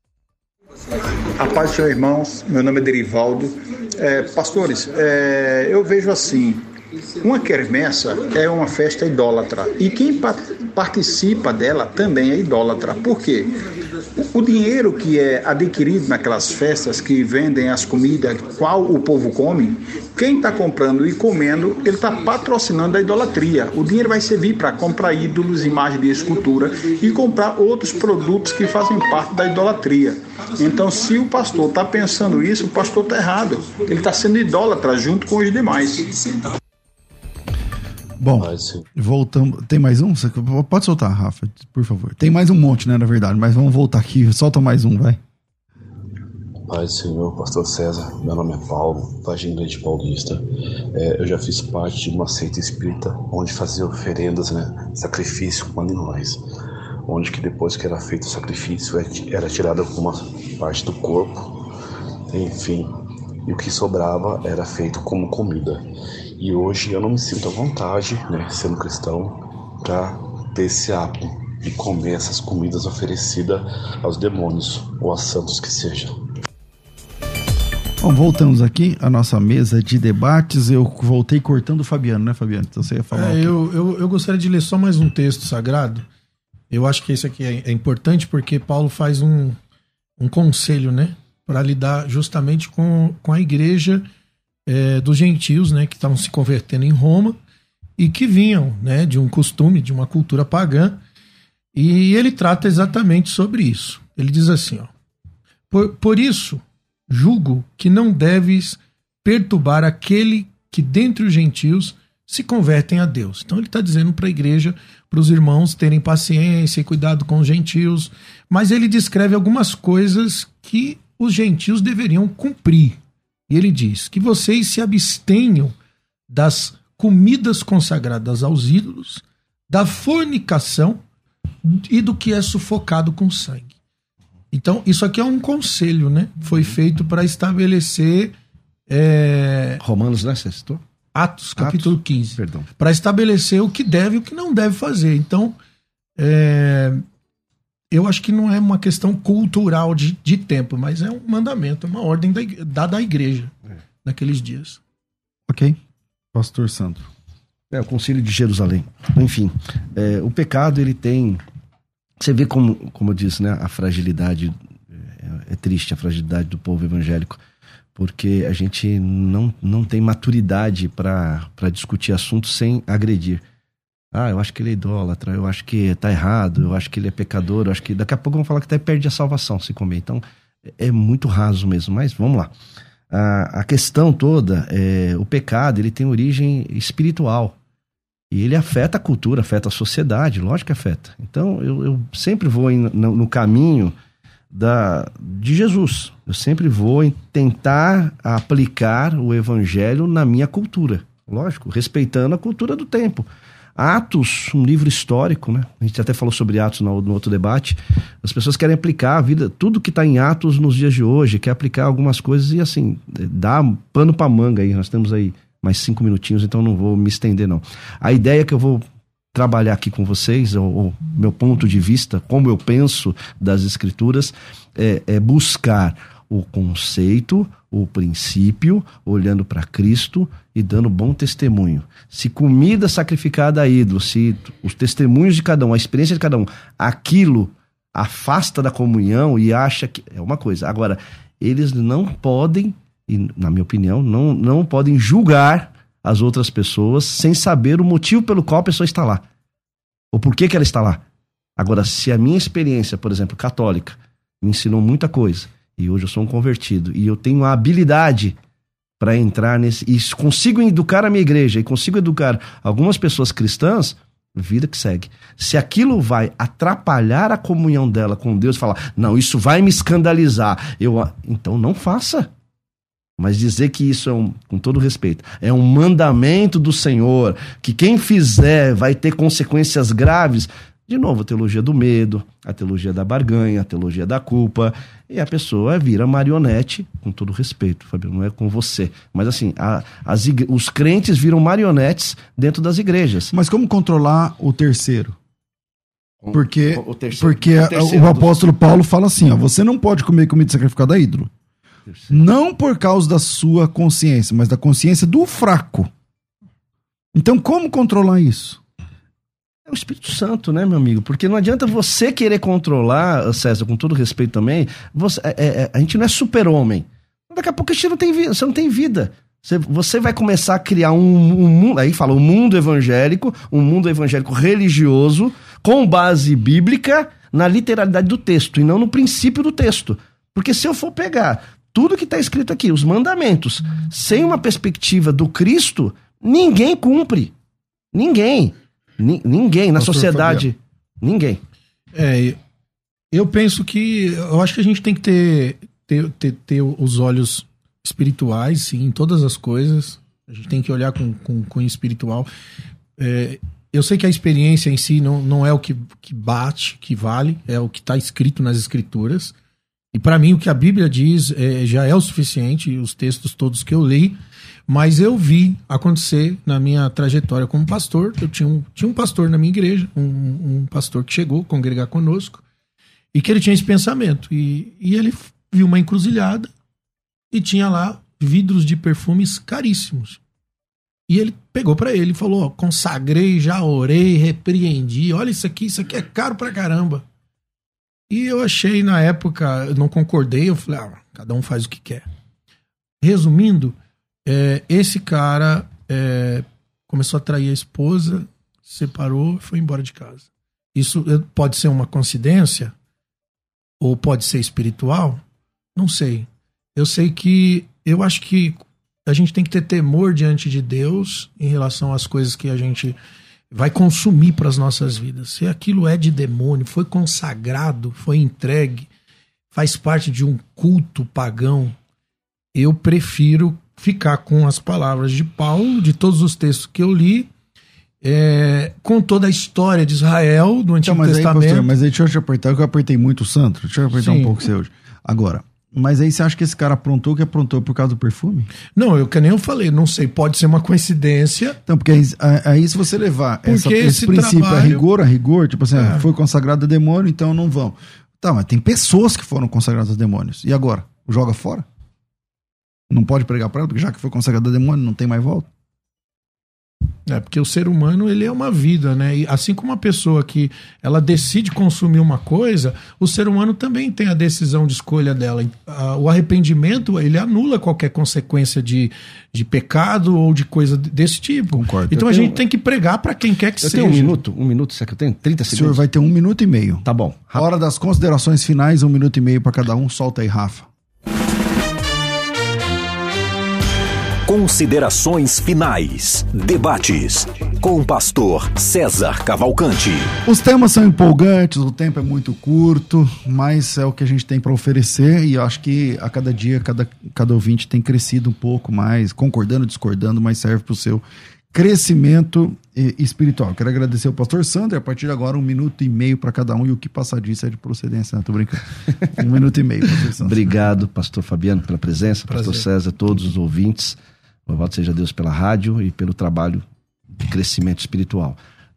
A paz, senhor irmãos, meu nome é Derivaldo. Pastores, eu vejo assim, uma quermessa é uma festa idólatra e quem participa dela também é idólatra. Por quê? O dinheiro que é adquirido naquelas festas que vendem as comidas, qual o povo come, quem está comprando e comendo, ele está patrocinando a idolatria. O dinheiro vai servir para comprar ídolos, imagens de escultura e comprar outros produtos que fazem parte da idolatria. Então, se o pastor está pensando isso, o pastor está errado. Ele está sendo idólatra junto com os demais. Bom, voltamos. Tem mais um? Pode soltar, Rafa, por favor. Tem mais um monte, né, na verdade, mas vamos voltar aqui. Solta mais um, vai. Paz do Senhor, pastor César. Meu nome é Paulo, Vargem Grande Paulista. Eu já fiz parte de uma seita espírita onde fazia oferendas, né, sacrifício com animais. Onde que depois que era feito o sacrifício era tirada alguma parte do corpo, enfim, e o que sobrava era feito como comida. E hoje eu não me sinto à vontade, né, sendo cristão, para ter esse hábito de comer essas comidas oferecidas aos demônios ou a santos que seja. Bom, voltamos aqui à nossa mesa de debates. Eu voltei cortando o Fabiano, né, Fabiano? Então você ia falar. Eu gostaria de ler só mais um texto sagrado. Eu acho que esse aqui é importante porque Paulo faz um conselho, né, para lidar justamente com a igreja dos gentios, né, que estavam se convertendo em Roma e que vinham, né, de um costume, de uma cultura pagã. E ele trata exatamente sobre isso. Ele diz assim, ó: por isso, julgo que não deves perturbar aquele que dentre os gentios se convertem a Deus. Então ele está dizendo para a igreja, para os irmãos terem paciência e cuidado com os gentios, mas ele descreve algumas coisas que os gentios deveriam cumprir. E ele diz que vocês se abstenham das comidas consagradas aos ídolos, da fornicação e do que é sufocado com sangue. Então, isso aqui é um conselho, né? Foi feito para estabelecer... Romanos, né? Você citou? Atos, capítulo 15. Perdão. Para estabelecer o que deve e o que não deve fazer. Então, eu acho que não é uma questão cultural de tempo, mas é um mandamento, é uma ordem dada à igreja naqueles dias. Ok. Pastor Sandro. O Concílio de Jerusalém. Enfim, o pecado, ele tem... Você vê como eu disse, né? A fragilidade, é triste a fragilidade do povo evangélico, porque a gente não tem maturidade para discutir assuntos sem agredir. Eu acho que ele é idólatra, eu acho que tá errado, eu acho que ele é pecador, eu acho que daqui a pouco vão falar que até perde a salvação se comer. Então, é muito raso mesmo, mas vamos lá. A questão toda, o pecado, ele tem origem espiritual. E ele afeta a cultura, afeta a sociedade, lógico que afeta. Então, eu sempre vou no caminho de Jesus. Eu sempre vou tentar aplicar o evangelho na minha cultura. lógico, respeitando a cultura do tempo. Atos, um livro histórico, né? A gente até falou sobre Atos no outro debate. As pessoas querem aplicar a vida, tudo que está em Atos nos dias de hoje, quer aplicar algumas coisas e assim, dá pano para manga aí. Nós temos aí mais 5 minutinhos, então não vou me estender não. A ideia que eu vou trabalhar aqui com vocês, o meu ponto de vista, como eu penso das Escrituras, é buscar o conceito, o princípio, olhando para Cristo e dando bom testemunho. Se comida sacrificada a ídolo, se os testemunhos de cada um, a experiência de cada um, aquilo afasta da comunhão e acha que é uma coisa. Agora, eles não podem, e, na minha opinião, não podem julgar as outras pessoas sem saber o motivo pelo qual a pessoa está lá. Ou por que ela está lá. Agora, se a minha experiência, por exemplo, católica, me ensinou muita coisa, e hoje eu sou um convertido, e eu tenho a habilidade para entrar nesse... E consigo educar a minha igreja, e consigo educar algumas pessoas cristãs, vida que segue. Se aquilo vai atrapalhar a comunhão dela com Deus, falar, não, isso vai me escandalizar, então não faça. Mas dizer que isso com todo respeito, é um mandamento do Senhor, que quem fizer vai ter consequências graves. De novo, a teologia do medo, a teologia da barganha, a teologia da culpa, e a pessoa vira marionete, com todo respeito, Fabio, não é com você. Mas assim, os crentes viram marionetes dentro das igrejas. Mas como controlar o terceiro? Porque o apóstolo Paulo fala assim, ó, você não pode comer comida sacrificada a ídolo. Não por causa da sua consciência, mas da consciência do fraco. Então, como controlar isso? É o Espírito Santo, né, meu amigo? Porque não adianta você querer controlar, César, com todo respeito também, a gente não é super-homem. Daqui a pouco você não tem vida. Você vai começar a criar um mundo, aí fala, um mundo evangélico religioso, com base bíblica, na literalidade do texto, e não no princípio do texto. Porque se eu for pegar tudo que está escrito aqui, os mandamentos, sem uma perspectiva do Cristo, ninguém cumpre. Ninguém na sociedade. Fabiano. Ninguém. Eu penso eu acho que a gente tem que ter os olhos espirituais, sim, em todas as coisas. A gente tem que olhar com o espiritual. Eu sei que a experiência em si não é o que bate, que vale, é o que está escrito nas Escrituras. E para mim o que a Bíblia diz já é o suficiente, os textos todos que eu li, mas eu vi acontecer na minha trajetória como pastor. Eu tinha um pastor na minha igreja, um pastor que chegou a congregar conosco, e que ele tinha esse pensamento. E ele viu uma encruzilhada e tinha lá vidros de perfumes caríssimos. E ele pegou para ele e falou, consagrei, já orei, repreendi, olha isso aqui é caro pra caramba. E eu achei, na época, eu não concordei, eu falei, cada um faz o que quer. Resumindo, esse cara começou a trair a esposa, separou e foi embora de casa. Isso pode ser uma coincidência? Ou pode ser espiritual? Não sei. Eu acho que a gente tem que ter temor diante de Deus em relação às coisas que a gente vai consumir para as nossas vidas. Se aquilo é de demônio, foi consagrado, foi entregue, faz parte de um culto pagão, eu prefiro ficar com as palavras de Paulo, de todos os textos que eu li, com toda a história de Israel, do Antigo Testamento. Mas aí deixa eu te apertar, que eu apertei muito o santo. Deixa eu apertar um pouco você hoje. Agora, mas aí você acha que esse cara aprontou por causa do perfume? Não, que nem eu falei, não sei, pode ser uma coincidência. Então, porque aí se você levar esse princípio a rigor, tipo assim, foi consagrado a demônio, então não vão. Tá, mas tem pessoas que foram consagradas a demônios. E agora? Joga fora? Não pode pregar para ela, porque já que foi consagrado a demônio, não tem mais volta? Porque o ser humano, ele é uma vida, né? E assim como uma pessoa que ela decide consumir uma coisa, o ser humano também tem a decisão de escolha dela. O arrependimento, ele anula qualquer consequência de pecado ou de coisa desse tipo. Concordo. Então a gente tem que pregar para quem quer que seja. Eu tenho um minuto, será que eu tenho? 30 segundos? O senhor vai ter 1 minuto e meio. Tá bom. A hora das considerações finais, 1 minuto e meio para cada um. Solta aí, Rafa. Considerações finais. Debates com o pastor César Cavalcante. Os temas são empolgantes, o tempo é muito curto, mas é o que a gente tem para oferecer e eu acho que a cada dia, cada ouvinte tem crescido um pouco mais, concordando, discordando, mas serve para o seu crescimento espiritual. Quero agradecer ao pastor Sandro, a partir de agora 1 minuto e meio para cada um, e o que passar disso é de procedência, não tô brincando. 1 minuto e meio, pastor Sandro. Obrigado, pastor Fabiano, pela presença. Prazer. Pastor César, todos os ouvintes. Louvado seja Deus pela rádio e pelo trabalho de crescimento espiritual.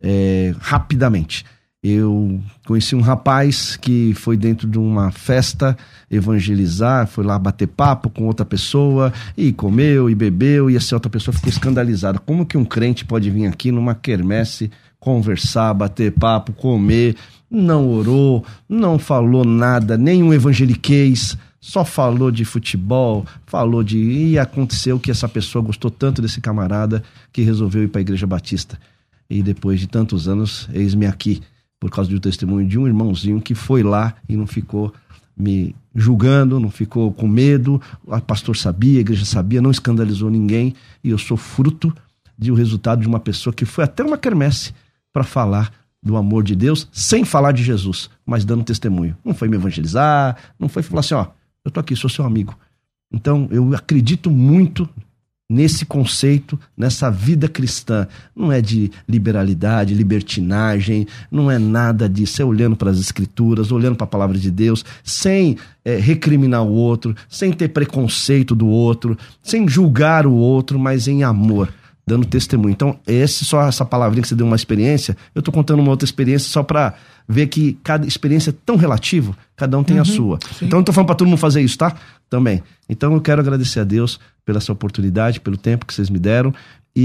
Rapidamente, eu conheci um rapaz que foi dentro de uma festa evangelizar, foi lá bater papo com outra pessoa, e comeu, e bebeu, e essa outra pessoa ficou escandalizada. Como que um crente pode vir aqui numa quermesse, conversar, bater papo, comer, não orou, não falou nada, nenhum evangeliquez, só falou de futebol, falou de... E aconteceu que essa pessoa gostou tanto desse camarada que resolveu ir para a Igreja Batista. E depois de tantos anos, eis-me aqui, por causa do testemunho de um irmãozinho que foi lá e não ficou me julgando, não ficou com medo. O pastor sabia, a igreja sabia, não escandalizou ninguém. E eu sou fruto do resultado de uma pessoa que foi até uma quermesse para falar do amor de Deus, sem falar de Jesus, mas dando testemunho. Não foi me evangelizar, não foi falar assim, ó, eu tô aqui, sou seu amigo. Então, eu acredito muito nesse conceito, nessa vida cristã. Não é de liberalidade, libertinagem, não é nada disso. É olhando para as escrituras, olhando para a palavra de Deus, sem recriminar o outro, sem ter preconceito do outro, sem julgar o outro, mas em amor, dando testemunho. Então, só essa palavrinha que você deu uma experiência, eu estou contando uma outra experiência só para ver que cada experiência é tão relativa, cada um tem a sua. Sim. Então, eu não estou falando para todo mundo fazer isso, tá? Também. Então, eu quero agradecer a Deus pela essa oportunidade, pelo tempo que vocês me deram,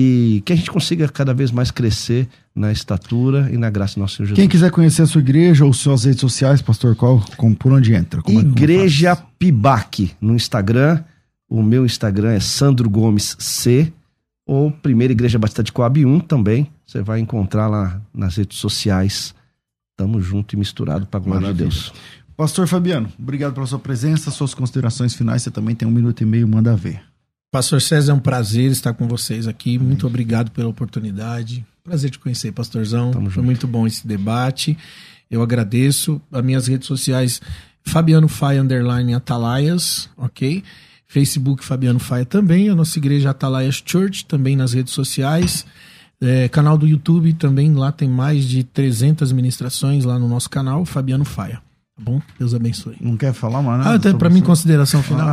e que a gente consiga cada vez mais crescer na estatura e na graça do nosso Senhor Jesus. Quem quiser conhecer a sua igreja ou suas redes sociais, pastor, por onde entra? Igreja Pibac no Instagram. O meu Instagram é Sandro Gomes C, ou Primeira Igreja Batista de Coab 1 também. Você vai encontrar lá nas redes sociais. Tamo junto e misturado para a glória de Deus. Pastor Fabiano, obrigado pela sua presença, suas considerações finais. Você também tem 1 minuto e meio, manda ver. Pastor César, é um prazer estar com vocês aqui. Muito obrigado pela oportunidade. Prazer te conhecer, pastorzão. Foi muito bom esse debate. Eu agradeço. As minhas redes sociais, Fabiano Faia _Atalaias, ok? Facebook Fabiano Faia também. A nossa igreja Atalaias Church, também nas redes sociais. Canal do YouTube também, lá tem mais de 300 ministrações lá no nosso canal, Fabiano Faia. Tá bom? Deus abençoe. Não quer falar mais nada? Até pra mim, consideração final.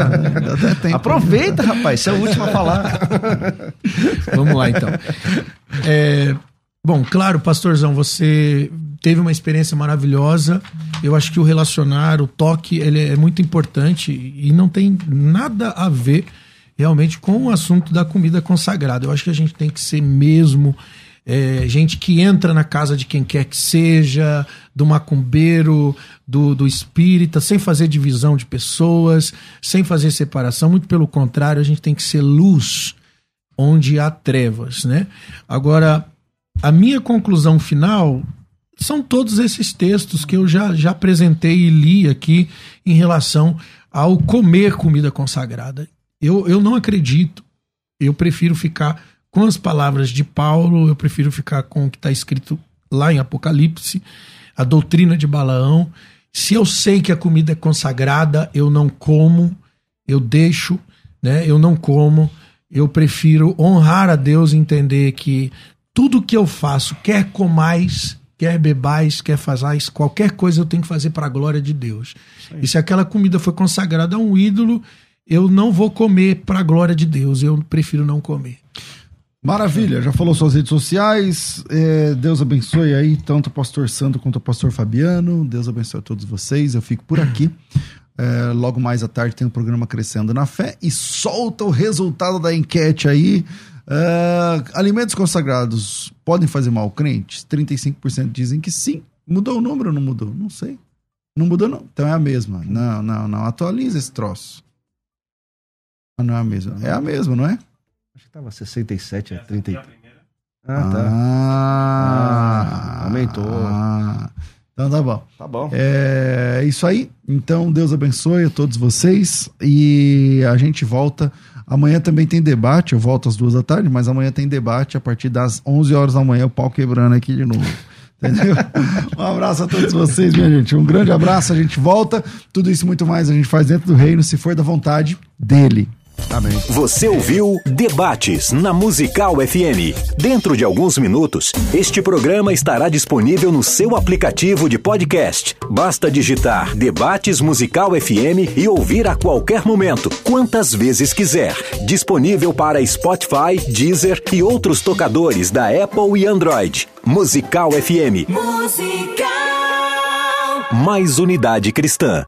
Até tempo. Aproveita, rapaz, você é o último a falar. Vamos lá, então. Bom, claro, pastorzão, você teve uma experiência maravilhosa. Eu acho que o relacionar, o toque, ele é muito importante e não tem nada a ver realmente com o assunto da comida consagrada. Eu acho que a gente tem que ser mesmo gente que entra na casa de quem quer que seja, do macumbeiro, do espírita, sem fazer divisão de pessoas, sem fazer separação. Muito pelo contrário, a gente tem que ser luz onde há trevas, né? Agora, a minha conclusão final são todos esses textos que eu já apresentei e li aqui em relação ao comer comida consagrada. Eu não acredito, eu prefiro ficar com as palavras de Paulo, eu prefiro ficar com o que está escrito lá em Apocalipse, a doutrina de Balaão. Se eu sei que a comida é consagrada, eu não como, eu deixo, né? Eu não como, eu prefiro honrar a Deus e entender que tudo que eu faço, quer comais, quer bebais, quer fazais, qualquer coisa eu tenho que fazer para a glória de Deus. E se aquela comida foi consagrada a um ídolo, eu não vou comer para a glória de Deus, eu prefiro não comer. Maravilha, já falou suas redes sociais, Deus abençoe aí tanto o pastor Sandro quanto o pastor Fabiano, Deus abençoe a todos vocês, eu fico por aqui. Logo mais à tarde tem o programa Crescendo na Fé e solta o resultado da enquete aí. Alimentos consagrados podem fazer mal ao crente? 35% dizem que sim. Mudou o número ou não mudou? Não sei. Não mudou não, então é a mesma. Não, atualiza esse troço. Não é a mesma, é a mesma, não é? Acho que tava 67 a 30. Aumentou. Então tá bom. Tá bom. É isso aí. Então Deus abençoe a todos vocês e a gente volta. Amanhã também tem debate, eu volto às 14h, mas amanhã tem debate a partir das 11 horas da manhã, o pau quebrando aqui de novo. Entendeu? Um abraço a todos vocês, minha gente. Um grande abraço, a gente volta. Tudo isso e muito mais a gente faz dentro do reino, se for da vontade dele. Amém. Você ouviu Debates na Musical FM. Dentro de alguns minutos, este programa estará disponível no seu aplicativo de podcast. Basta digitar Debates Musical FM e ouvir a qualquer momento, quantas vezes quiser. Disponível para Spotify, Deezer e outros tocadores da Apple e Android. Musical FM. Musical. Mais unidade cristã.